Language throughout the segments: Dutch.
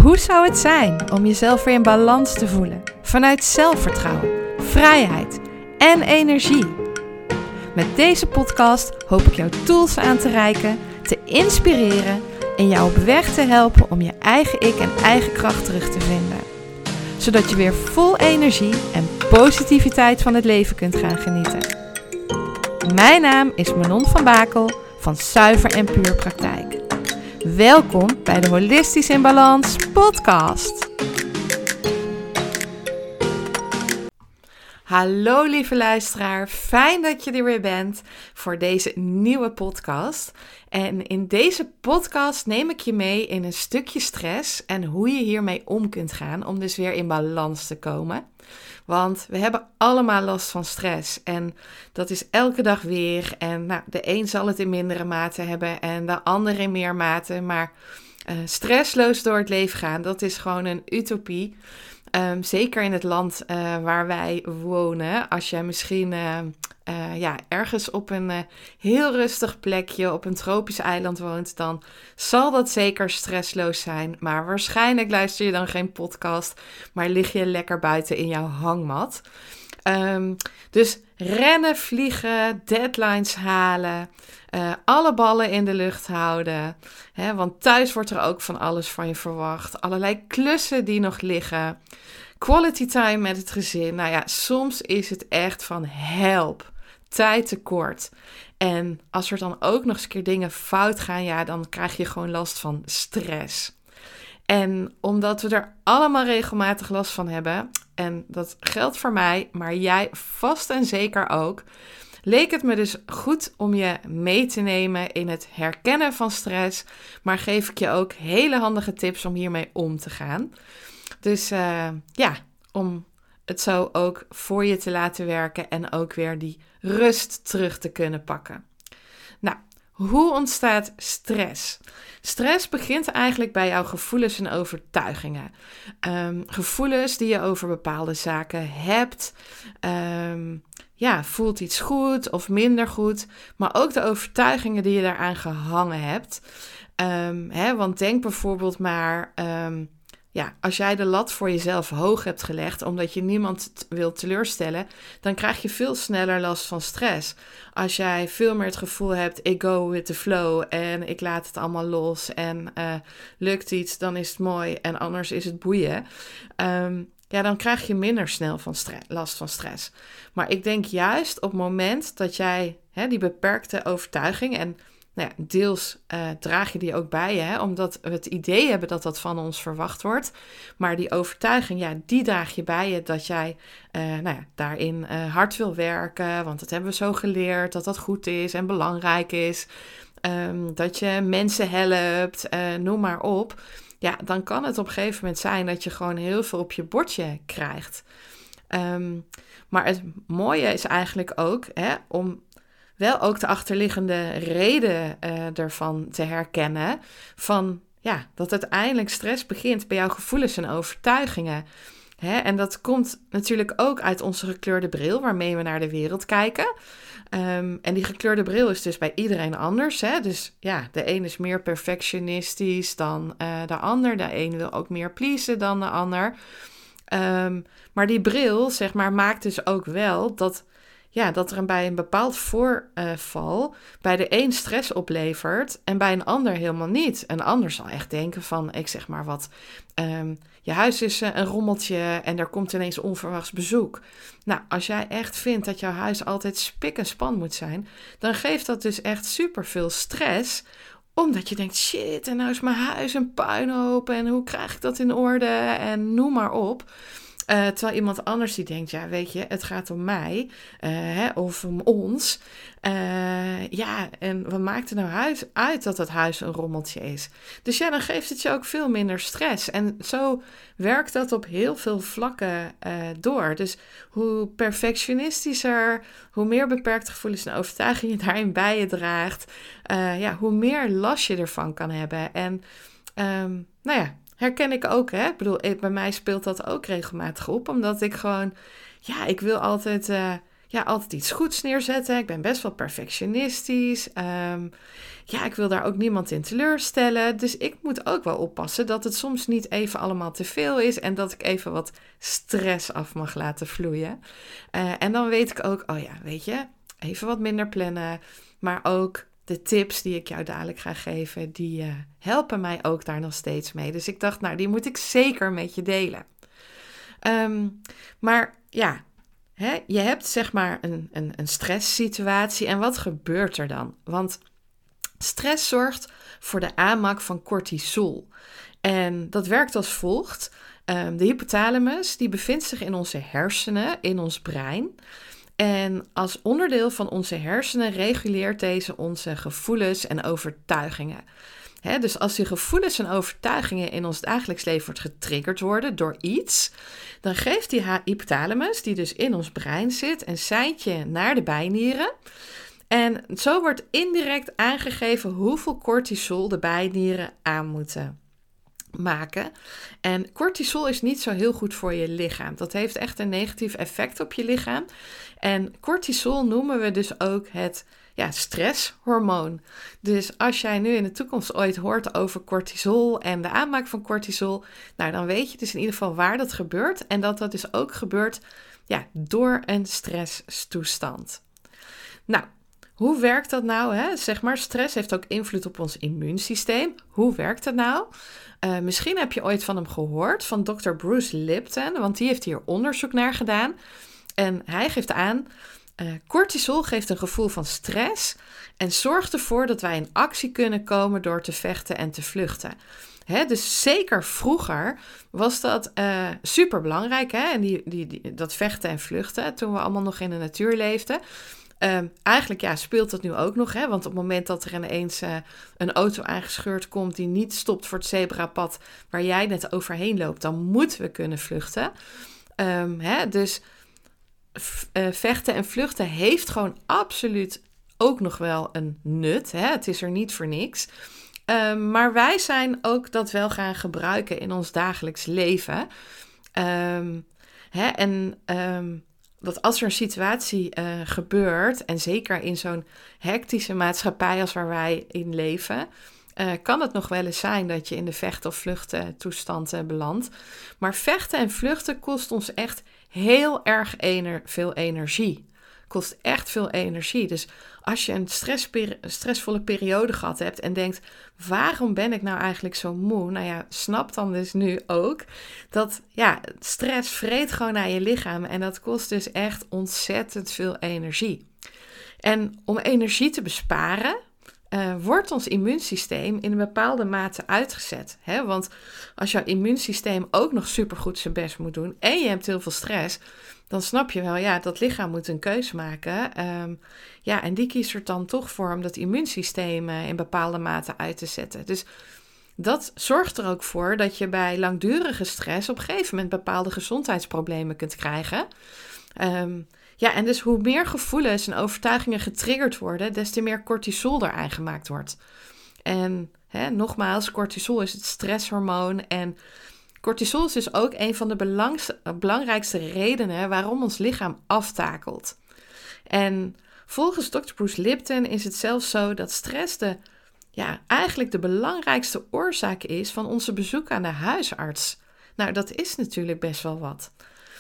Hoe zou het zijn om jezelf weer in balans te voelen? Vanuit zelfvertrouwen, vrijheid en energie. Met deze podcast hoop ik jou tools aan te reiken, te inspireren en jou op weg te helpen om je eigen ik en eigen kracht terug te vinden. Zodat je weer vol energie en positiviteit van het leven kunt gaan genieten. Mijn naam is Manon van Bakel van Zuiver en Puur Praktijk. Welkom bij de Holistisch in Balans podcast. Hallo lieve luisteraar, fijn dat je er weer bent voor deze nieuwe podcast. En in deze podcast neem ik je mee in een stukje stress en hoe je hiermee om kunt gaan om dus weer in balans te komen. Want we hebben allemaal last van stress en dat is elke dag weer. En de een zal het in mindere mate hebben en de ander in meer mate. Maar stressloos door het leven gaan, dat is gewoon een utopie. Zeker in het land waar wij wonen. Als jij misschien ergens op een heel rustig plekje op een tropisch eiland woont, dan zal dat zeker stressloos zijn. Maar waarschijnlijk luister je dan geen podcast, maar lig je lekker buiten in jouw hangmat. Dus rennen, vliegen, deadlines halen, alle ballen in de lucht houden. Want thuis wordt er ook van alles van je verwacht. Allerlei klussen die nog liggen. Quality time met het gezin. Soms is het echt van help. Tijd tekort. En als er dan ook nog eens een keer dingen fout gaan, dan krijg je gewoon last van stress. En omdat we er allemaal regelmatig last van hebben, en dat geldt voor mij, maar jij vast en zeker ook, leek het me dus goed om je mee te nemen in het herkennen van stress, maar geef ik je ook hele handige tips om hiermee om te gaan. Dus om het zo ook voor je te laten werken en ook weer die rust terug te kunnen pakken. Hoe ontstaat stress? Stress begint eigenlijk bij jouw gevoelens en overtuigingen. Gevoelens die je over bepaalde zaken hebt. Voelt iets goed of minder goed. Maar ook de overtuigingen die je daaraan gehangen hebt. Want denk bijvoorbeeld maar, als jij de lat voor jezelf hoog hebt gelegd, omdat je niemand wil teleurstellen, dan krijg je veel sneller last van stress. Als jij veel meer het gevoel hebt, ik go with the flow en ik laat het allemaal los en lukt iets, dan is het mooi en anders is het boeien. Dan krijg je minder snel last van stress. Maar ik denk juist op het moment dat jij die beperkte overtuiging, en deels draag je die ook bij je, omdat we het idee hebben dat dat van ons verwacht wordt. Maar die overtuiging, die draag je bij je dat jij daarin hard wil werken. Want dat hebben we zo geleerd, dat dat goed is en belangrijk is. Dat je mensen helpt, noem maar op. Dan kan het op een gegeven moment zijn dat je gewoon heel veel op je bordje krijgt. Maar het mooie is eigenlijk ook om wel ook de achterliggende reden ervan te herkennen. Van dat uiteindelijk stress begint bij jouw gevoelens en overtuigingen. En dat komt natuurlijk ook uit onze gekleurde bril waarmee we naar de wereld kijken. En die gekleurde bril is dus bij iedereen anders. Dus de een is meer perfectionistisch dan de ander. De een wil ook meer pleasen dan de ander. Maar die bril, maakt dus ook wel dat er bij een bepaald voorval bij de een stress oplevert en bij een ander helemaal niet. Een ander zal echt denken van, ik zeg maar wat, je huis is een rommeltje en er komt ineens onverwachts bezoek. Als jij echt vindt dat jouw huis altijd spik en span moet zijn, dan geeft dat dus echt superveel stress, omdat je denkt, shit, en nou is mijn huis een puinhoop en hoe krijg ik dat in orde en noem maar op. Terwijl iemand anders die denkt, weet je, het gaat om mij of om ons. En wat maakt het nou uit dat het huis een rommeltje is? Dus dan geeft het je ook veel minder stress. En zo werkt dat op heel veel vlakken door. Dus hoe perfectionistischer, hoe meer beperkte gevoelens en overtuigingen je daarin bij je draagt, hoe meer last je ervan kan hebben. En herken ik ook, Ik bedoel, bij mij speelt dat ook regelmatig op. Omdat ik gewoon, ik wil altijd altijd iets goeds neerzetten. Ik ben best wel perfectionistisch. Ik wil daar ook niemand in teleurstellen. Dus ik moet ook wel oppassen dat het soms niet even allemaal te veel is. En dat ik even wat stress af mag laten vloeien. En dan weet ik ook, weet je, even wat minder plannen. Maar ook de tips die ik jou dadelijk ga geven, die helpen mij ook daar nog steeds mee. Dus ik dacht, die moet ik zeker met je delen. Je hebt zeg maar een stresssituatie en wat gebeurt er dan? Want stress zorgt voor de aanmaak van cortisol. En dat werkt als volgt. De hypothalamus die bevindt zich in onze hersenen, in ons brein. En als onderdeel van onze hersenen reguleert deze onze gevoelens en overtuigingen. Dus als die gevoelens en overtuigingen in ons dagelijks leven wordt getriggerd worden door iets, dan geeft die hypothalamus, die dus in ons brein zit, een seintje naar de bijnieren. En zo wordt indirect aangegeven hoeveel cortisol de bijnieren aan moeten maken. En cortisol is niet zo heel goed voor je lichaam. Dat heeft echt een negatief effect op je lichaam. En cortisol noemen we dus ook het stresshormoon. Dus als jij nu in de toekomst ooit hoort over cortisol en de aanmaak van cortisol, dan weet je dus in ieder geval waar dat gebeurt. En dat dus ook gebeurt door een stresstoestand. Nou, hoe werkt dat nou? Zeg maar, stress heeft ook invloed op ons immuunsysteem. Hoe werkt dat nou? Misschien heb je ooit van hem gehoord, van Dr. Bruce Lipton, want die heeft hier onderzoek naar gedaan. En hij geeft aan, cortisol geeft een gevoel van stress en zorgt ervoor dat wij in actie kunnen komen door te vechten en te vluchten. Dus zeker vroeger was dat super belangrijk. En dat vechten en vluchten, toen we allemaal nog in de natuur leefden. Eigenlijk speelt dat nu ook nog. Want op het moment dat er ineens een auto aangescheurd komt die niet stopt voor het zebrapad waar jij net overheen loopt, dan moeten we kunnen vluchten. Dus vechten en vluchten heeft gewoon absoluut ook nog wel een nut. Het is er niet voor niks. Maar wij zijn ook dat wel gaan gebruiken in ons dagelijks leven. Dat als er een situatie gebeurt, en zeker in zo'n hectische maatschappij als waar wij in leven, kan het nog wel eens zijn dat je in de vecht- of vluchttoestand belandt. Maar vechten en vluchten kost ons echt heel erg veel energie. Kost echt veel energie. Dus als je een stressvolle periode gehad hebt en denkt, waarom ben ik nou eigenlijk zo moe? Snap dan dus nu ook dat stress vreet gewoon naar je lichaam en dat kost dus echt ontzettend veel energie. En om energie te besparen, wordt ons immuunsysteem in een bepaalde mate uitgezet. Want als jouw immuunsysteem ook nog supergoed zijn best moet doen en je hebt heel veel stress, dan snap je wel, dat lichaam moet een keuze maken. En die kiest er dan toch voor om dat immuunsysteem in bepaalde mate uit te zetten. Dus dat zorgt er ook voor dat je bij langdurige stress op een gegeven moment bepaalde gezondheidsproblemen kunt krijgen. En dus hoe meer gevoelens en overtuigingen getriggerd worden, des te meer cortisol er aangemaakt wordt. En nogmaals, cortisol is het stresshormoon en cortisol is dus ook een van de belangrijkste redenen waarom ons lichaam aftakelt. En volgens Dr. Bruce Lipton is het zelfs zo dat stress eigenlijk de belangrijkste oorzaak is van onze bezoek aan de huisarts. Nou, dat is natuurlijk best wel wat.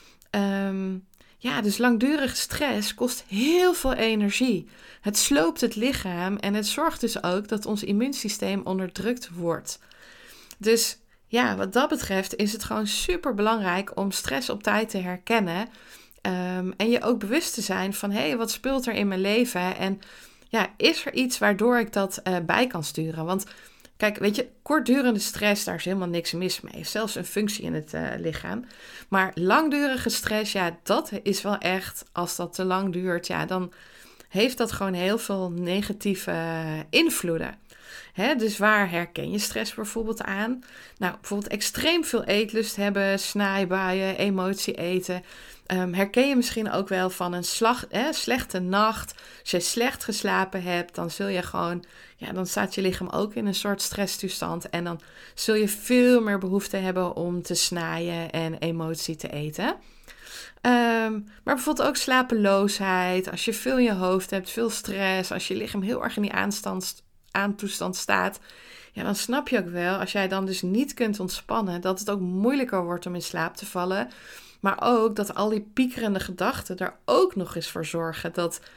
Dus langdurige stress kost heel veel energie. Het sloopt het lichaam en het zorgt dus ook dat ons immuunsysteem onderdrukt wordt. Dus wat dat betreft is het gewoon super belangrijk om stress op tijd te herkennen. En je ook bewust te zijn van, wat speelt er in mijn leven? En is er iets waardoor ik dat bij kan sturen? Want kijk, weet je, kortdurende stress, daar is helemaal niks mis mee. Zelfs een functie in het lichaam. Maar langdurige stress, dat is wel echt, als dat te lang duurt, dan heeft dat gewoon heel veel negatieve invloeden. Dus waar herken je stress bijvoorbeeld aan? Nou, bijvoorbeeld extreem veel eetlust hebben, snaaibuien, emotie eten. Herken je misschien ook wel van een slechte nacht. Als je slecht geslapen hebt, dan zul je gewoon, dan staat je lichaam ook in een soort stresstoestand. En dan zul je veel meer behoefte hebben om te snaaien en emotie te eten. Maar bijvoorbeeld ook slapeloosheid. Als je veel in je hoofd hebt, veel stress. Als je lichaam heel erg in die aantoestand staat. Ja, dan snap je ook wel, als jij dan dus niet kunt ontspannen, dat het ook moeilijker wordt om in slaap te vallen. Maar ook dat al die piekerende gedachten er ook nog eens voor zorgen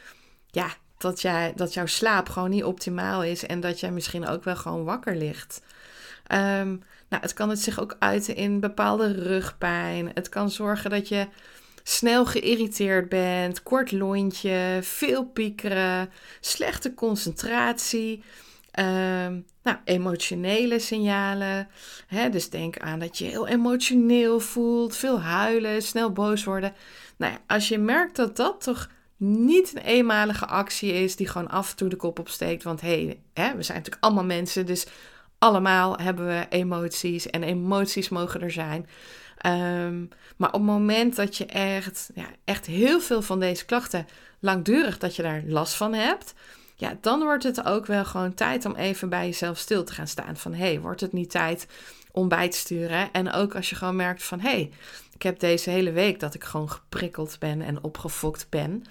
dat jouw slaap gewoon niet optimaal is. En dat jij misschien ook wel gewoon wakker ligt. Nou, het kan het zich ook uiten in bepaalde rugpijn. Het kan zorgen dat je snel geïrriteerd bent, kort lontje, veel piekeren, slechte concentratie. Nou, emotionele signalen. Dus denk aan dat je heel emotioneel voelt, veel huilen, snel boos worden. Nou ja, als je merkt dat dat toch niet een eenmalige actie is die gewoon af en toe de kop opsteekt. Want we zijn natuurlijk allemaal mensen, dus allemaal hebben we emoties en emoties mogen er zijn. Maar op het moment dat je echt heel veel van deze klachten langdurig, dat je daar last van hebt, ja, dan wordt het ook wel gewoon tijd om even bij jezelf stil te gaan staan. Van, wordt het niet tijd om bij te sturen? En ook als je gewoon merkt van, ik heb deze hele week dat ik gewoon geprikkeld ben en opgefokt ben.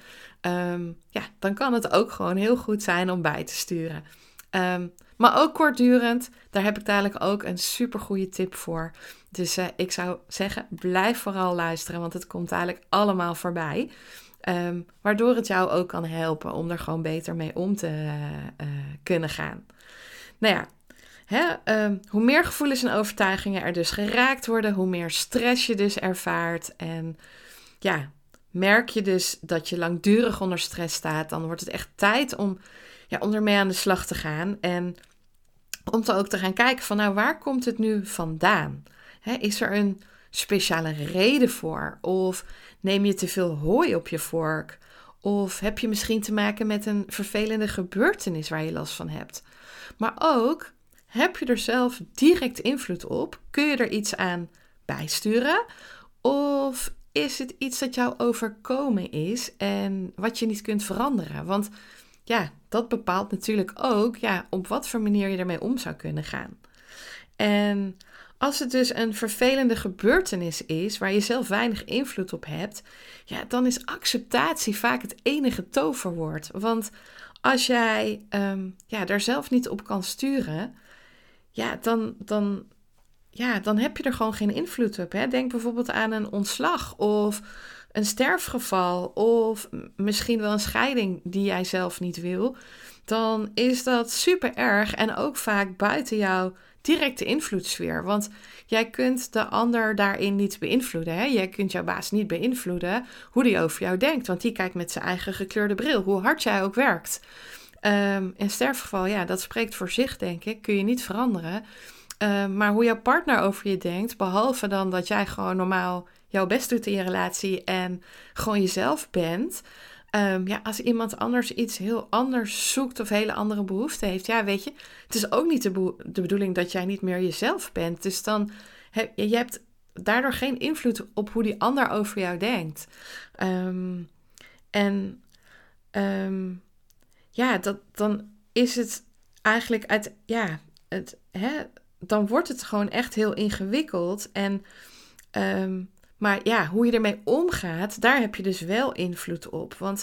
Dan kan het ook gewoon heel goed zijn om bij te sturen. Maar ook kortdurend, daar heb ik dadelijk ook een supergoeie tip voor. Dus ik zou zeggen, blijf vooral luisteren, want het komt dadelijk allemaal voorbij. Waardoor het jou ook kan helpen om er gewoon beter mee om te kunnen gaan. Nou ja, hoe meer gevoelens en overtuigingen er dus geraakt worden, hoe meer stress je dus ervaart. En ja, merk je dus dat je langdurig onder stress staat, dan wordt het echt tijd om ermee aan de slag te gaan. En om ook te gaan kijken van, waar komt het nu vandaan? Is er een speciale reden voor? Of neem je te veel hooi op je vork? Of heb je misschien te maken met een vervelende gebeurtenis waar je last van hebt? Maar ook, heb je er zelf direct invloed op? Kun je er iets aan bijsturen? Of is het iets dat jou overkomen is en wat je niet kunt veranderen? Want dat bepaalt natuurlijk ook op wat voor manier je ermee om zou kunnen gaan. En als het dus een vervelende gebeurtenis is waar je zelf weinig invloed op hebt, dan is acceptatie vaak het enige toverwoord. Want als jij daar zelf niet op kan sturen, dan heb je er gewoon geen invloed op. Denk bijvoorbeeld aan een ontslag of een sterfgeval of misschien wel een scheiding die jij zelf niet wil. Dan is dat super erg en ook vaak buiten jouw directe invloedssfeer. Want jij kunt de ander daarin niet beïnvloeden. Jij kunt jouw baas niet beïnvloeden hoe die over jou denkt. Want die kijkt met zijn eigen gekleurde bril, hoe hard jij ook werkt. Een sterfgeval, dat spreekt voor zich, denk ik. Kun je niet veranderen. Maar hoe jouw partner over je denkt, behalve dan dat jij gewoon normaal jouw best doet in je relatie en gewoon jezelf bent. Als iemand anders iets heel anders zoekt of hele andere behoeften heeft, weet je, het is ook niet de bedoeling dat jij niet meer jezelf bent. Dus dan je hebt daardoor geen invloed op hoe die ander over jou denkt. Dan is het eigenlijk dan wordt het gewoon echt heel ingewikkeld. Maar hoe je ermee omgaat, daar heb je dus wel invloed op. Want,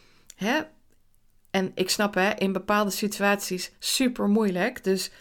en ik snap in bepaalde situaties super moeilijk. Dus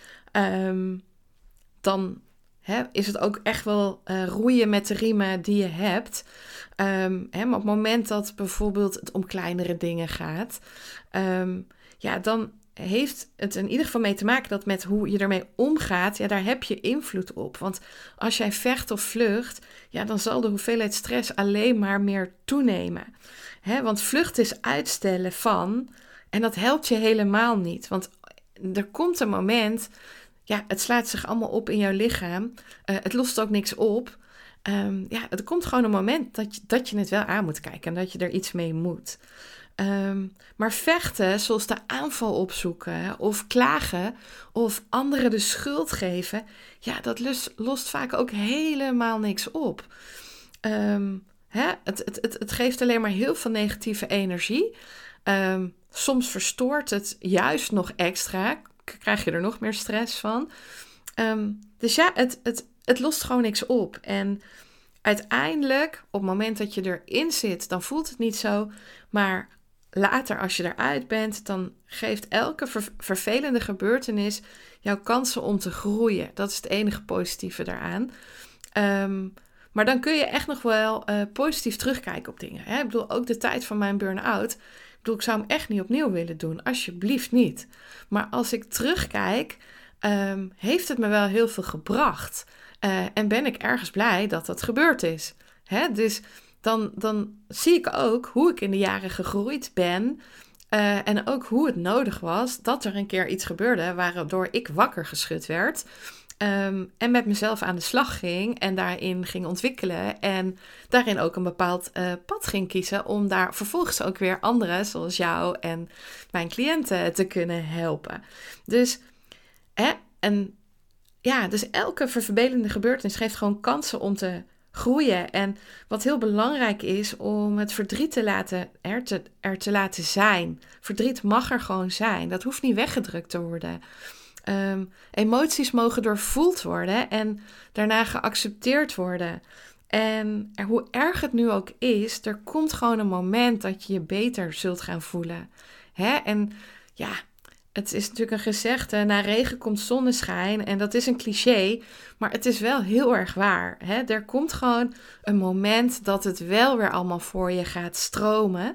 dan is het ook echt wel roeien met de riemen die je hebt. Maar op het moment dat bijvoorbeeld het om kleinere dingen gaat, dan heeft het in ieder geval mee te maken dat met hoe je ermee omgaat, daar heb je invloed op. Want als jij vecht of vlucht, dan zal de hoeveelheid stress alleen maar meer toenemen. Want vlucht is uitstellen van, en dat helpt je helemaal niet. Want er komt een moment, het slaat zich allemaal op in jouw lichaam. Het lost ook niks op. Er komt gewoon een moment dat je het wel aan moet kijken en dat je er iets mee moet. Maar vechten, zoals de aanval opzoeken of klagen of anderen de schuld geven, dat lost vaak ook helemaal niks op. Het geeft alleen maar heel veel negatieve energie. Soms verstoort het juist nog extra, krijg je er nog meer stress van. Dus het lost gewoon niks op. En uiteindelijk, op het moment dat je erin zit, dan voelt het niet zo. Maar later, als je eruit bent, dan geeft elke vervelende gebeurtenis jouw kansen om te groeien. Dat is het enige positieve daaraan. Maar dan kun je echt nog wel positief terugkijken op dingen. Hè? Ik bedoel, ook de tijd van mijn burn-out. Ik zou hem echt niet opnieuw willen doen. Alsjeblieft niet. Maar als ik terugkijk, heeft het me wel heel veel gebracht. En ben ik ergens blij dat dat gebeurd is. Hè? Dus dan zie ik ook hoe ik in de jaren gegroeid ben. En ook hoe het nodig was dat er een keer iets gebeurde waardoor ik wakker geschud werd. En met mezelf aan de slag ging en daarin ging ontwikkelen. En daarin ook een bepaald pad ging kiezen om daar vervolgens ook weer anderen, zoals jou en mijn cliënten, te kunnen helpen. Dus, dus elke vervelende gebeurtenis geeft gewoon kansen om te groeien. En wat heel belangrijk is om het verdriet er te laten zijn. Verdriet mag er gewoon zijn. Dat hoeft niet weggedrukt te worden. Emoties mogen doorvoeld worden en daarna geaccepteerd worden. En hoe erg het nu ook is, er komt gewoon een moment dat je je beter zult gaan voelen. En ja, het is natuurlijk een gezegde, na regen komt zonneschijn. En dat is een cliché, maar het is wel heel erg waar. Er komt gewoon een moment dat het wel weer allemaal voor je gaat stromen.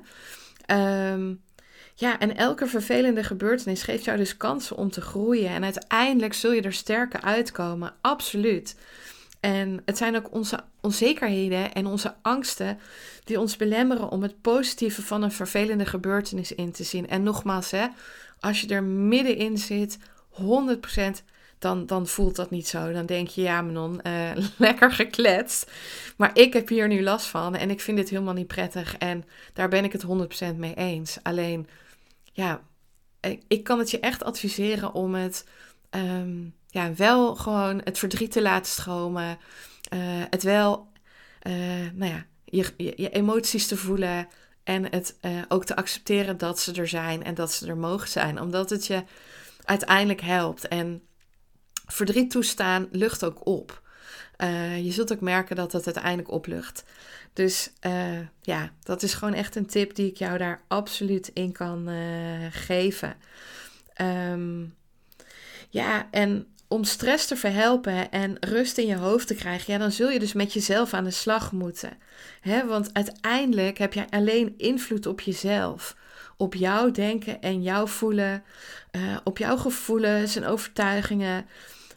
En elke vervelende gebeurtenis geeft jou dus kansen om te groeien. En uiteindelijk zul je er sterker uitkomen, absoluut. En het zijn ook onze onzekerheden en onze angsten die ons belemmeren om het positieve van een vervelende gebeurtenis in te zien. En nogmaals, als je er middenin zit, 100%, dan voelt dat niet zo. Dan denk je, ja Manon, lekker gekletst. Maar ik heb hier nu last van en ik vind dit helemaal niet prettig. En daar ben ik het 100% mee eens. Alleen, ja, ik kan het je echt adviseren om het wel gewoon het verdriet te laten stromen. Het wel, je emoties te voelen. En het ook te accepteren dat ze er zijn en dat ze er mogen zijn. Omdat het je uiteindelijk helpt. En verdriet toestaan lucht ook op. Je zult ook merken dat het uiteindelijk oplucht. Dus dat is gewoon echt een tip die ik jou daar absoluut in kan geven. En om stress te verhelpen en rust in je hoofd te krijgen, dan zul je dus met jezelf aan de slag moeten. Want uiteindelijk heb jij alleen invloed op jezelf. Op jouw denken en jouw voelen. Op jouw gevoelens en overtuigingen.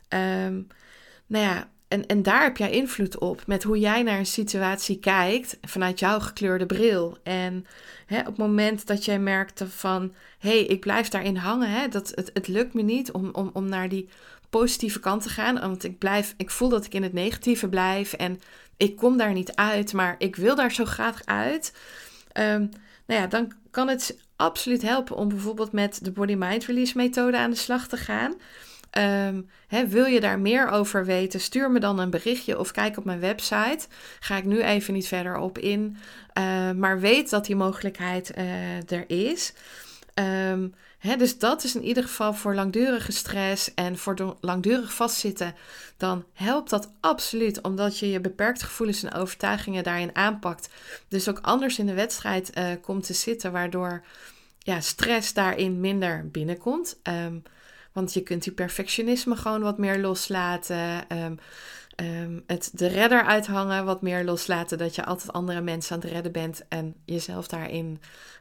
En daar heb jij invloed op. Met hoe jij naar een situatie kijkt vanuit jouw gekleurde bril. En op het moment dat jij merkt van, ik blijf daarin hangen. Dat het lukt me niet om naar die positieve kant te gaan. Want ik voel dat ik in het negatieve blijf. En ik kom daar niet uit, maar ik wil daar zo graag uit. Dan kan het absoluut helpen om bijvoorbeeld met de Body-Mind Release methode aan de slag te gaan. Wil je daar meer over weten? Stuur me dan een berichtje of kijk op mijn website. Ga ik nu even niet verder op in. Maar weet dat die mogelijkheid er is. Dus dat is in ieder geval voor langdurige stress en voor langdurig vastzitten. Dan helpt dat absoluut, omdat je je beperkte gevoelens en overtuigingen daarin aanpakt. Dus ook anders in de wedstrijd komt te zitten, waardoor stress daarin minder binnenkomt. Want je kunt die perfectionisme gewoon wat meer loslaten. De redder uithangen wat meer loslaten. Dat je altijd andere mensen aan het redden bent. En jezelf daarin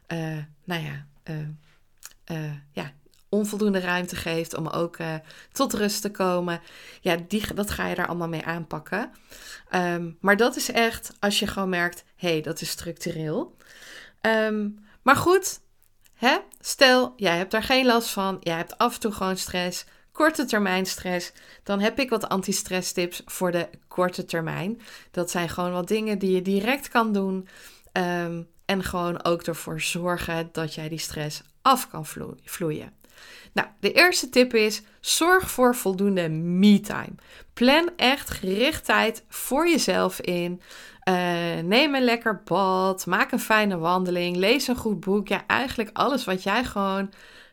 onvoldoende ruimte geeft om ook tot rust te komen. Dat ga je daar allemaal mee aanpakken. Maar dat is echt als je gewoon merkt, dat is structureel. Maar goed, stel, jij hebt daar geen last van. Jij hebt af en toe gewoon stress, korte termijn stress. Dan heb ik wat anti-stress tips voor de korte termijn. Dat zijn gewoon wat dingen die je direct kan doen. En gewoon ook ervoor zorgen dat jij die stress af kan vloeien. Nou, de eerste tip is, zorg voor voldoende me-time. Plan echt gericht tijd voor jezelf in. Neem een lekker bad, maak een fijne wandeling, lees een goed boek. Ja, eigenlijk alles wat jij gewoon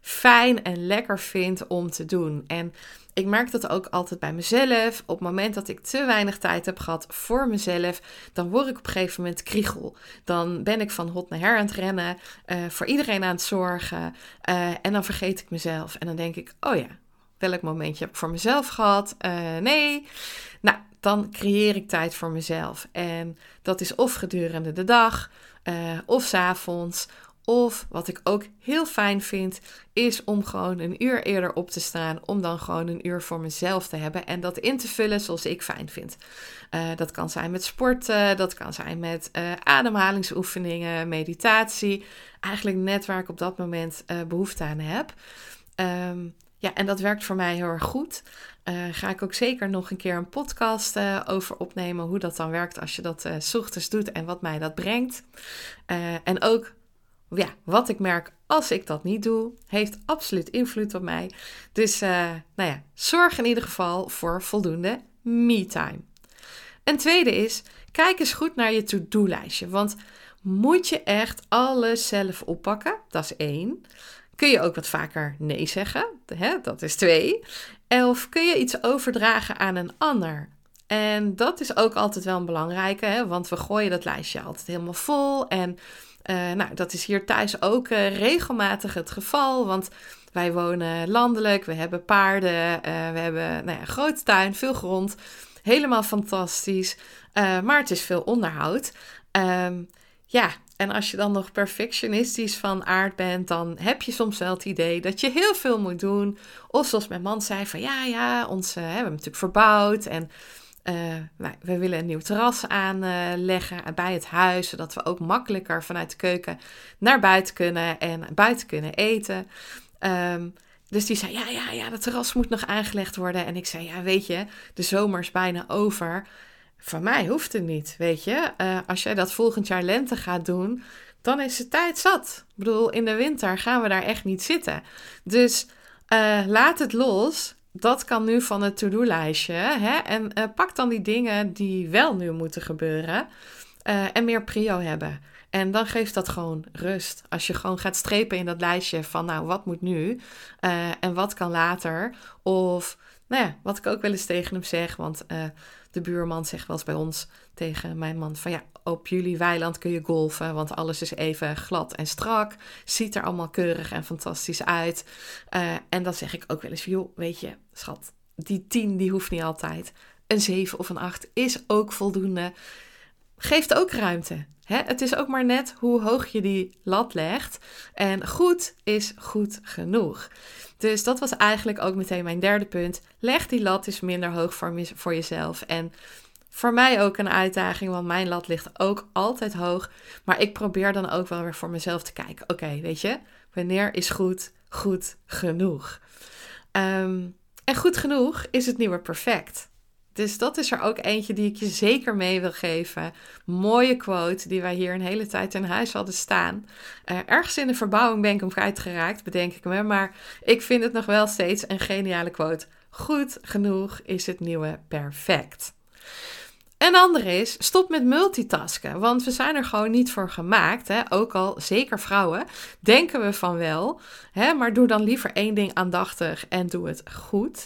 fijn en lekker vind om te doen. En ik merk dat ook altijd bij mezelf. Op het moment dat ik te weinig tijd heb gehad voor mezelf, dan word ik op een gegeven moment kriegel. Dan ben ik van hot naar her aan het rennen, voor iedereen aan het zorgen. En dan vergeet ik mezelf. En dan denk ik, oh ja, welk momentje heb ik voor mezelf gehad? Nee. Nou, dan creëer ik tijd voor mezelf. En dat is of gedurende de dag, of 's avonds. Of wat ik ook heel fijn vind, is om gewoon een uur eerder op te staan. Om dan gewoon een uur voor mezelf te hebben. En dat in te vullen zoals ik fijn vind. Dat kan zijn met sporten, dat kan zijn met ademhalingsoefeningen, meditatie. Eigenlijk net waar ik op dat moment behoefte aan heb. Ja, en dat werkt voor mij heel erg goed. Ga ik ook zeker nog een keer een podcast over opnemen. Hoe dat dan werkt als je dat 's ochtends doet en wat mij dat brengt. En ook wat ik merk als ik dat niet doe, heeft absoluut invloed op mij. Dus zorg in ieder geval voor voldoende me-time. Een tweede is, kijk eens goed naar je to-do-lijstje. Want moet je echt alles zelf oppakken? Dat is 1. Kun je ook wat vaker nee zeggen? Dat is 2. Of kun je iets overdragen aan een ander? En dat is ook altijd wel een belangrijke, want we gooien dat lijstje altijd helemaal vol. En dat is hier thuis ook regelmatig het geval, want wij wonen landelijk, we hebben paarden, we hebben een grote tuin, veel grond, helemaal fantastisch, maar het is veel onderhoud. En als je dan nog perfectionistisch van aard bent, dan heb je soms wel het idee dat je heel veel moet doen. Of zoals mijn man zei van we hebben natuurlijk verbouwd en we willen een nieuw terras aanleggen bij het huis, zodat we ook makkelijker vanuit de keuken naar buiten kunnen en buiten kunnen eten. Dus die zei, dat terras moet nog aangelegd worden. En ik zei, weet je, de zomer is bijna over. Van mij hoeft het niet, weet je. Als jij dat volgend jaar lente gaat doen, dan is de tijd zat. Ik bedoel, in de winter gaan we daar echt niet zitten. Dus laat het los. Dat kan nu van het to-do-lijstje. En pak dan die dingen die wel nu moeten gebeuren. En meer prio hebben. En dan geeft dat gewoon rust. Als je gewoon gaat strepen in dat lijstje van wat moet nu? En wat kan later? Of wat ik ook wel eens tegen hem zeg. Want de buurman zegt wel eens bij ons tegen mijn man van op jullie weiland kun je golfen, want alles is even glad en strak. Ziet er allemaal keurig en fantastisch uit. En dan zeg ik ook wel eens, joh, weet je, schat, die 10 die hoeft niet altijd. Een 7 of een 8 is ook voldoende. Geeft ook ruimte. Het is ook maar net hoe hoog je die lat legt. En goed is goed genoeg. Dus dat was eigenlijk ook meteen mijn derde punt. Leg die lat eens minder hoog voor jezelf. En voor mij ook een uitdaging, want mijn lat ligt ook altijd hoog. Maar ik probeer dan ook wel weer voor mezelf te kijken. Oké, weet je, wanneer is goed genoeg? En goed genoeg is het nieuwe perfect. Dus dat is er ook eentje die ik je zeker mee wil geven. Mooie quote die wij hier een hele tijd in huis hadden staan. Ergens in de verbouwing ben ik hem kwijtgeraakt, bedenk ik me. Maar ik vind het nog wel steeds een geniale quote. Goed genoeg is het nieuwe perfect. Een andere is, stop met multitasken. Want we zijn er gewoon niet voor gemaakt. Ook al, zeker vrouwen, denken we van wel. Maar doe dan liever 1 ding aandachtig en doe het goed.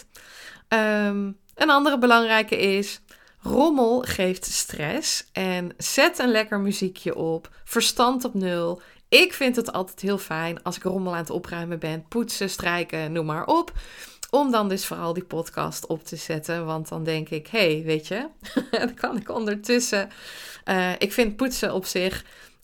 Een andere belangrijke is, rommel geeft stress en zet een lekker muziekje op, verstand op 0. Ik vind het altijd heel fijn als ik rommel aan het opruimen ben, poetsen, strijken, noem maar op. Om dan dus vooral die podcast op te zetten, want dan denk ik, weet je, dan kan ik ondertussen. Ik vind poetsen op zich,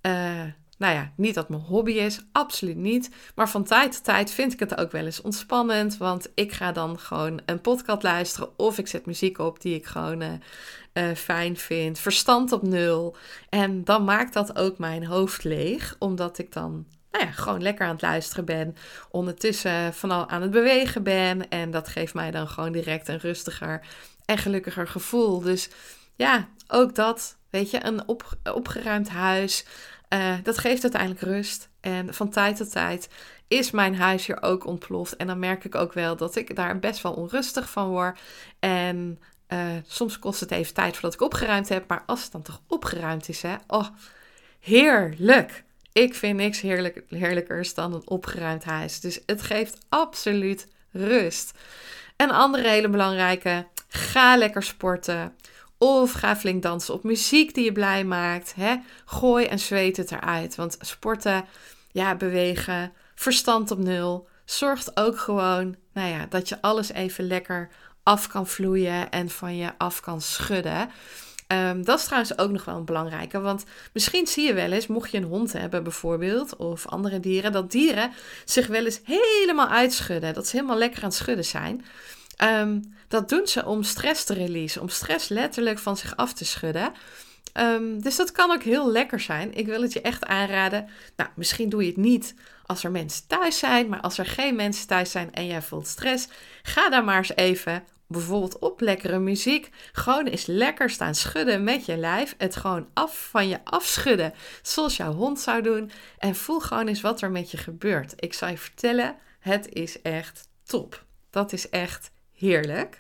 niet dat mijn hobby is, absoluut niet. Maar van tijd tot tijd vind ik het ook wel eens ontspannend, want ik ga dan gewoon een podcast luisteren of ik zet muziek op die ik gewoon fijn vind. Verstand op 0. En dan maakt dat ook mijn hoofd leeg, omdat ik dan gewoon lekker aan het luisteren ben. Ondertussen vooral aan het bewegen ben. En dat geeft mij dan gewoon direct een rustiger en gelukkiger gevoel. Dus ook dat, weet je, een opgeruimd huis. Dat geeft uiteindelijk rust. En van tijd tot tijd is mijn huis hier ook ontploft. En dan merk ik ook wel dat ik daar best wel onrustig van word. En soms kost het even tijd voordat ik opgeruimd heb. Maar als het dan toch opgeruimd is, heerlijk. Ik vind niks heerlijkers dan een opgeruimd huis. Dus het geeft absoluut rust. Een andere hele belangrijke, ga lekker sporten. Of ga flink dansen op muziek die je blij maakt. Hè? Gooi en zweet het eruit. Want sporten, bewegen, verstand op nul, zorgt ook gewoon dat je alles even lekker af kan vloeien en van je af kan schudden. Dat is trouwens ook nog wel een belangrijke, want misschien zie je wel eens, mocht je een hond hebben bijvoorbeeld, of andere dieren, dat dieren zich wel eens helemaal uitschudden, dat ze helemaal lekker aan het schudden zijn. Dat doen ze om stress te releasen, om stress letterlijk van zich af te schudden. Dus dat kan ook heel lekker zijn. Ik wil het je echt aanraden. Nou, misschien doe je het niet als er mensen thuis zijn, maar als er geen mensen thuis zijn en jij voelt stress, ga daar maar eens even bijvoorbeeld op lekkere muziek. Gewoon eens lekker staan schudden met je lijf. Het gewoon van je afschudden, zoals jouw hond zou doen. En voel gewoon eens wat er met je gebeurt. Ik zal je vertellen, het is echt top. Dat is echt heerlijk.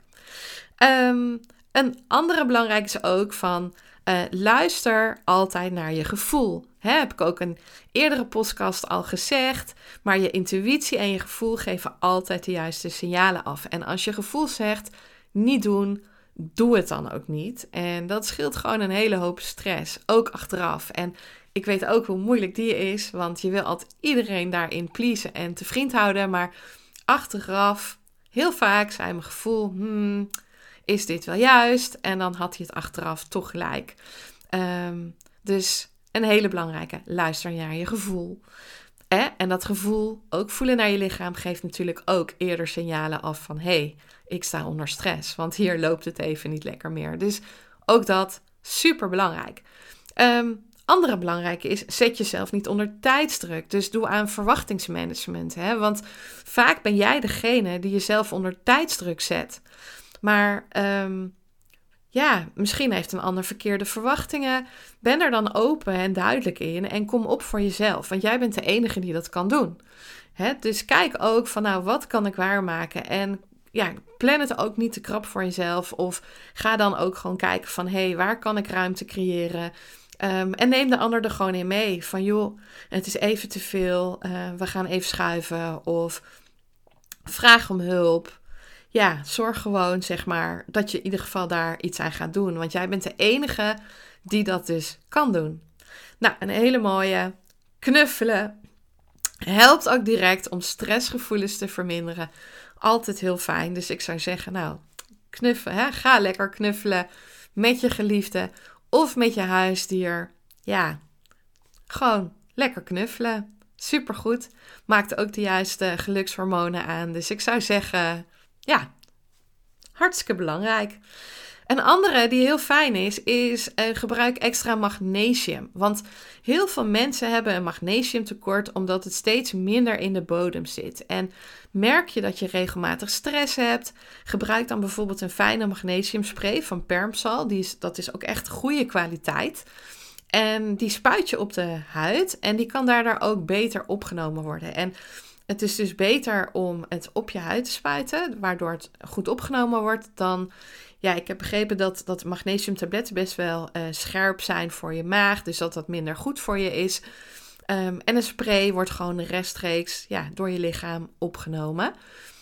Een andere belangrijke is ook van luister altijd naar je gevoel. Heb ik ook een eerdere podcast al gezegd. Maar je intuïtie en je gevoel geven altijd de juiste signalen af. En als je gevoel zegt, niet doen, doe het dan ook niet. En dat scheelt gewoon een hele hoop stress, ook achteraf. En ik weet ook hoe moeilijk die is, want je wil altijd iedereen daarin pleasen en te vriend houden. Maar achteraf, heel vaak zei mijn gevoel, is dit wel juist? En dan had hij het achteraf toch gelijk. Dus een hele belangrijke, luister naar je gevoel. En dat gevoel, ook voelen naar je lichaam, geeft natuurlijk ook eerder signalen af van, hey, ik sta onder stress, want hier loopt het even niet lekker meer. Dus ook dat, super belangrijk. Andere belangrijke is, zet jezelf niet onder tijdsdruk. Dus doe aan verwachtingsmanagement. Want vaak ben jij degene die jezelf onder tijdsdruk zet. Maar misschien heeft een ander verkeerde verwachtingen. Ben er dan open en duidelijk in en kom op voor jezelf. Want jij bent de enige die dat kan doen. Dus kijk ook van, wat kan ik waarmaken? En plan het ook niet te krap voor jezelf. Of ga dan ook gewoon kijken van, waar kan ik ruimte creëren? En neem de ander er gewoon in mee. Van, joh, het is even te veel. We gaan even schuiven. Of vraag om hulp. Ja, zorg gewoon, dat je in ieder geval daar iets aan gaat doen. Want jij bent de enige die dat dus kan doen. Nou, een hele mooie. Knuffelen helpt ook direct om stressgevoelens te verminderen. Altijd heel fijn. Dus ik zou zeggen, knuffelen. Ga lekker knuffelen met je geliefde of met je huisdier. Ja, gewoon lekker knuffelen. Supergoed. Maakt ook de juiste gelukshormonen aan. Dus ik zou zeggen, hartstikke belangrijk. Een andere die heel fijn is gebruik extra magnesium. Want heel veel mensen hebben een magnesiumtekort omdat het steeds minder in de bodem zit. En merk je dat je regelmatig stress hebt, gebruik dan bijvoorbeeld een fijne magnesiumspray van Permsal. Dat is ook echt goede kwaliteit. En die spuit je op de huid en die kan daardoor ook beter opgenomen worden. En het is dus beter om het op je huid te spuiten, waardoor het goed opgenomen wordt dan... Ja, ik heb begrepen dat magnesiumtabletten best wel scherp zijn voor je maag, dus dat minder goed voor je is. En een spray wordt gewoon rechtstreeks door je lichaam opgenomen.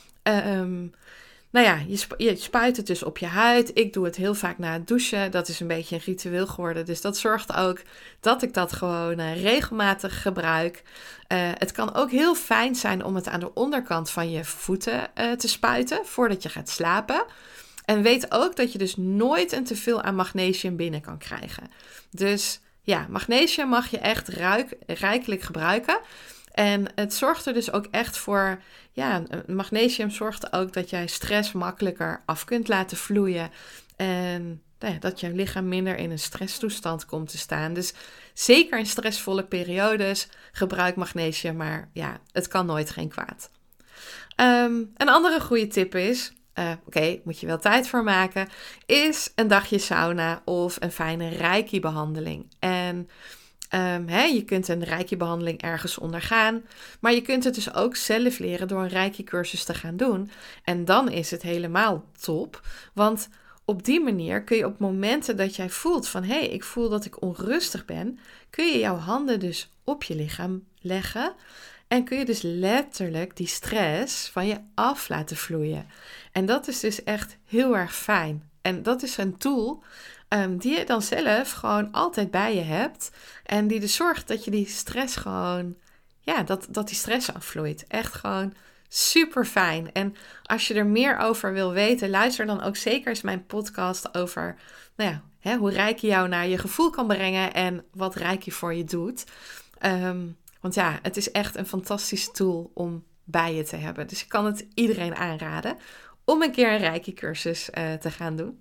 Je spuit het dus op je huid. Ik doe het heel vaak na het douchen. Dat is een beetje een ritueel geworden. Dus dat zorgt ook dat ik dat gewoon regelmatig gebruik. Het kan ook heel fijn zijn om het aan de onderkant van je voeten te spuiten voordat je gaat slapen. En weet ook dat je dus nooit een teveel aan magnesium binnen kan krijgen. Dus magnesium mag je echt rijkelijk gebruiken. En het zorgt er dus ook echt voor... magnesium zorgt er ook dat jij stress makkelijker af kunt laten vloeien. En dat je lichaam minder in een stresstoestand komt te staan. Dus zeker in stressvolle periodes gebruik magnesium. Maar het kan nooit geen kwaad. Een andere goede tip is... moet je wel tijd voor maken, is een dagje sauna of een fijne reiki-behandeling. En je kunt een reiki-behandeling ergens ondergaan, maar je kunt het dus ook zelf leren door een reiki-cursus te gaan doen. En dan is het helemaal top, want op die manier kun je op momenten dat jij voelt van hé, ik voel dat ik onrustig ben, kun je jouw handen dus op je lichaam leggen en kun je dus letterlijk die stress van je af laten vloeien. En dat is dus echt heel erg fijn. En dat is een tool die je dan zelf gewoon altijd bij je hebt en die dus zorgt dat je die stress gewoon, ja, dat die stress afvloeit. Echt gewoon super fijn. En als je er meer over wil weten, luister dan ook zeker eens mijn podcast over, nou ja, hoe Reiki jou naar je gevoel kan brengen en wat Reiki voor je doet. Want ja, het is echt een fantastische tool om bij je te hebben. Dus ik kan het iedereen aanraden om een keer een Reiki-cursus te gaan doen.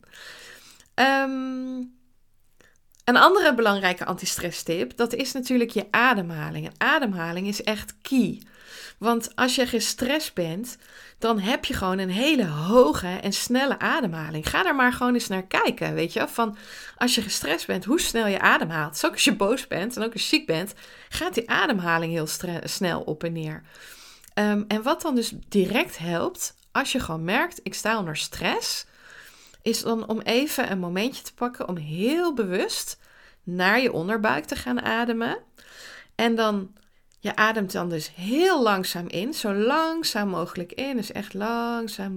Een andere belangrijke anti-stress tip, dat is natuurlijk je ademhaling. En ademhaling is echt key. Want als je gestrest bent, dan heb je gewoon een hele hoge en snelle ademhaling. Ga daar maar gewoon eens naar kijken, weet je. Van als je gestrest bent, hoe snel je ademhaalt. Dus ook als je boos bent en ook als je ziek bent, gaat die ademhaling heel snel op en neer. En wat dan dus direct helpt, als je gewoon merkt, ik sta onder stress, is dan om even een momentje te pakken om heel bewust naar je onderbuik te gaan ademen. En dan, je ademt dan dus heel langzaam in, zo langzaam mogelijk in. Dus echt langzaam.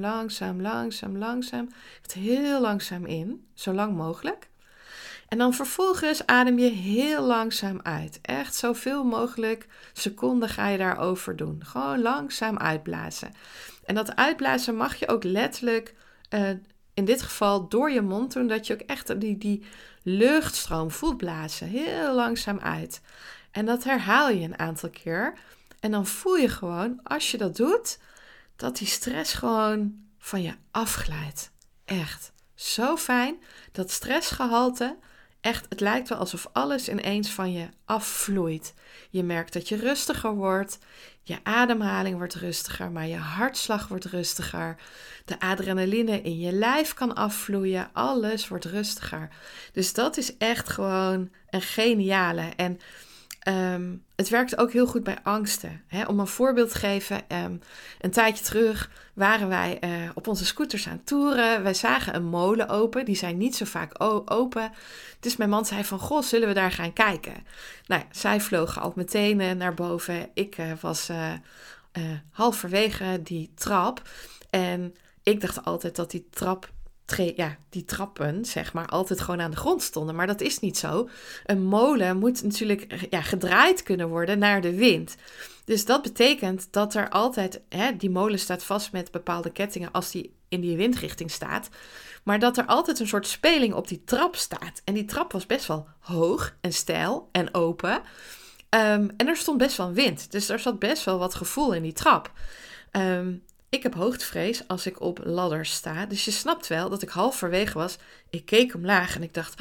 Echt heel langzaam in, zo lang mogelijk. En dan vervolgens adem je heel langzaam uit. Echt zoveel mogelijk seconden ga je daarover doen. Gewoon langzaam uitblazen. En dat uitblazen mag je ook letterlijk, in dit geval door je mond doen, dat je ook echt die luchtstroom voelt blazen. Heel langzaam uit. En dat herhaal je een aantal keer. En dan voel je gewoon, als je dat doet, dat die stress gewoon van je afglijdt. Echt zo fijn. Dat stressgehalte, echt, het lijkt wel alsof alles ineens van je afvloeit. Je merkt dat je rustiger wordt. Je ademhaling wordt rustiger, maar je hartslag wordt rustiger. De adrenaline in je lijf kan afvloeien. Alles wordt rustiger. Dus dat is echt gewoon een geniale. En het werkt ook heel goed bij angsten. Om een voorbeeld te geven, een tijdje terug waren wij op onze scooters aan het toeren. Wij zagen een molen open, die zijn niet zo vaak open. Dus mijn man zei van, goh, zullen we daar gaan kijken? Nou ja, zij vlogen al meteen naar boven. Ik was halverwege die trap. En ik dacht altijd dat die trappen, zeg maar, altijd gewoon aan de grond stonden. Maar dat is niet zo. Een molen moet natuurlijk gedraaid kunnen worden naar de wind. Dus dat betekent dat er altijd, die molen staat vast met bepaalde kettingen als die in die windrichting staat. Maar dat er altijd een soort speling op die trap staat. En die trap was best wel hoog en steil en open. En er stond best wel wind. Dus er zat best wel wat gevoel in die trap. Ik heb hoogtevrees als ik op ladders sta. Dus je snapt wel dat ik halverwege was. Ik keek omlaag en ik dacht,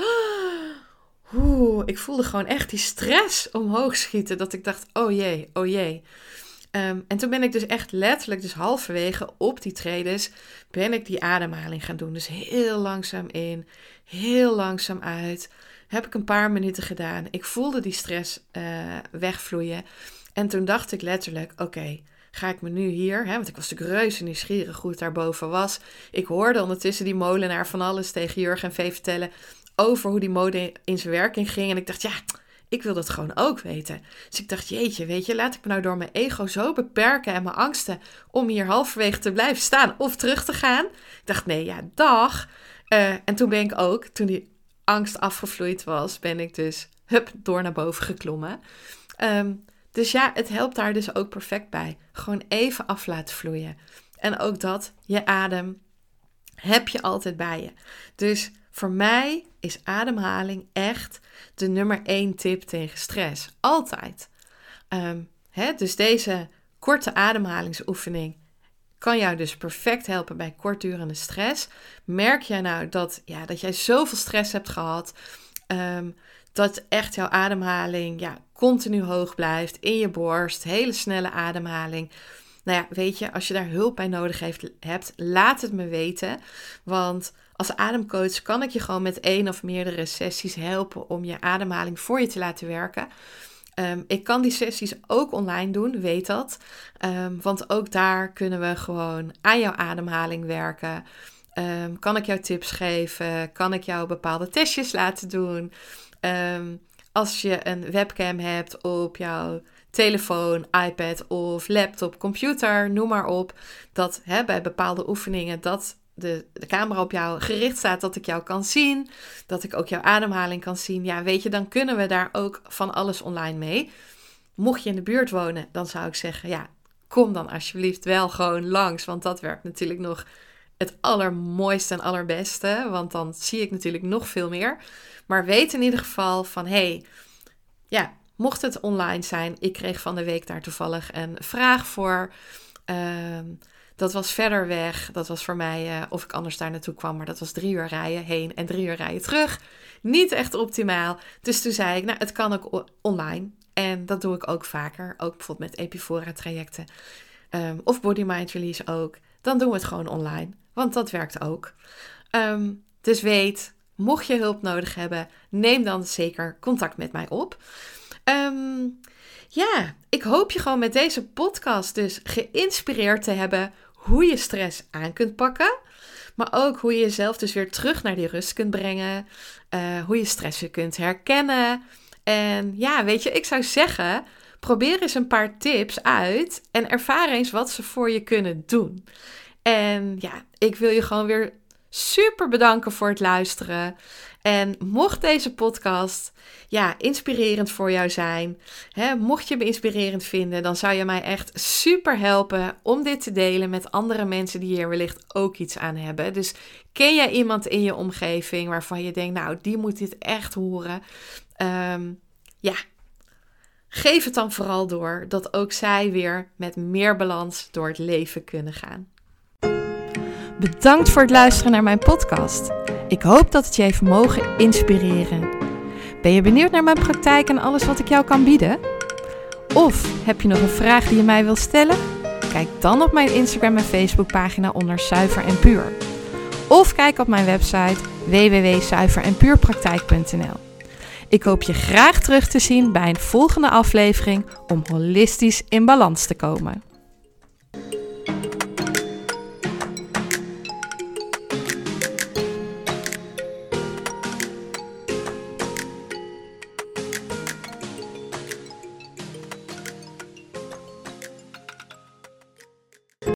ik voelde gewoon echt die stress omhoog schieten. Dat ik dacht, oh jee. En toen ben ik dus echt letterlijk, dus halverwege op die tredes, ben ik die ademhaling gaan doen. Dus heel langzaam in, heel langzaam uit. Heb ik een paar minuten gedaan. Ik voelde die stress wegvloeien. En toen dacht ik letterlijk, oké, ga ik me nu hier, want ik was natuurlijk reuze nieuwsgierig hoe het daarboven was. Ik hoorde ondertussen die molenaar van alles tegen Jurgen en Vee vertellen over hoe die molen in zijn werking ging. En ik dacht, ik wil dat gewoon ook weten. Dus ik dacht, jeetje, weet je, laat ik me nou door mijn ego zo beperken en mijn angsten om hier halverwege te blijven staan of terug te gaan. Ik dacht, nee, dag. En toen ben ik ook, toen die angst afgevloeid was, ben ik dus door naar boven geklommen. Dus ja, het helpt daar dus ook perfect bij. Gewoon even af laten vloeien. En ook dat, je adem, heb je altijd bij je. Dus voor mij is ademhaling echt de nummer 1 tip tegen stress. Altijd. Dus deze korte ademhalingsoefening kan jou dus perfect helpen bij kortdurende stress. Merk jij nou dat jij zoveel stress hebt gehad, dat echt jouw ademhaling continu hoog blijft in je borst, hele snelle ademhaling. Nou ja, weet je, als je daar hulp bij nodig hebt, laat het me weten. Want als ademcoach kan ik je gewoon met 1 of meerdere sessies helpen om je ademhaling voor je te laten werken. Ik kan die sessies ook online doen, weet dat. Want ook daar kunnen we gewoon aan jouw ademhaling werken. Kan ik jou tips geven? Kan ik jou bepaalde testjes laten doen? Als je een webcam hebt op jouw telefoon, iPad of laptop, computer, noem maar op. Dat bij bepaalde oefeningen dat de camera op jou gericht staat, dat ik jou kan zien. Dat ik ook jouw ademhaling kan zien. Ja, weet je, dan kunnen we daar ook van alles online mee. Mocht je in de buurt wonen, dan zou ik zeggen, ja, kom dan alsjeblieft wel gewoon langs. Want dat werkt natuurlijk nog het allermooiste en allerbeste. Want dan zie ik natuurlijk nog veel meer. Maar weet in ieder geval van, mocht het online zijn. Ik kreeg van de week daar toevallig een vraag voor. Dat was verder weg. Dat was voor mij of ik anders daar naartoe kwam. Maar dat was 3 uur rijden heen en 3 uur rijden terug. Niet echt optimaal. Dus toen zei ik, het kan ook online. En dat doe ik ook vaker. Ook bijvoorbeeld met Epifora trajecten. Of Body Mind Release ook. Dan doen we het gewoon online. Want dat werkt ook. Dus weet, mocht je hulp nodig hebben, neem dan zeker contact met mij op. Ik hoop je gewoon met deze podcast dus geïnspireerd te hebben hoe je stress aan kunt pakken. Maar ook hoe je jezelf dus weer terug naar die rust kunt brengen. Hoe je stress weer kunt herkennen. En weet je, ik zou zeggen, probeer eens een paar tips uit en ervaar eens wat ze voor je kunnen doen. En ik wil je gewoon weer super bedanken voor het luisteren. En mocht deze podcast inspirerend voor jou zijn, mocht je me inspirerend vinden, dan zou je mij echt super helpen om dit te delen met andere mensen die hier wellicht ook iets aan hebben. Dus ken jij iemand in je omgeving waarvan je denkt, die moet dit echt horen? Geef het dan vooral door, dat ook zij weer met meer balans door het leven kunnen gaan. Bedankt voor het luisteren naar mijn podcast. Ik hoop dat het je heeft mogen inspireren. Ben je benieuwd naar mijn praktijk en alles wat ik jou kan bieden? Of heb je nog een vraag die je mij wilt stellen? Kijk dan op mijn Instagram en Facebook pagina onder Zuiver en Puur. Of kijk op mijn website www.zuiverenpuurpraktijk.nl. Ik hoop je graag terug te zien bij een volgende aflevering om holistisch in balans te komen.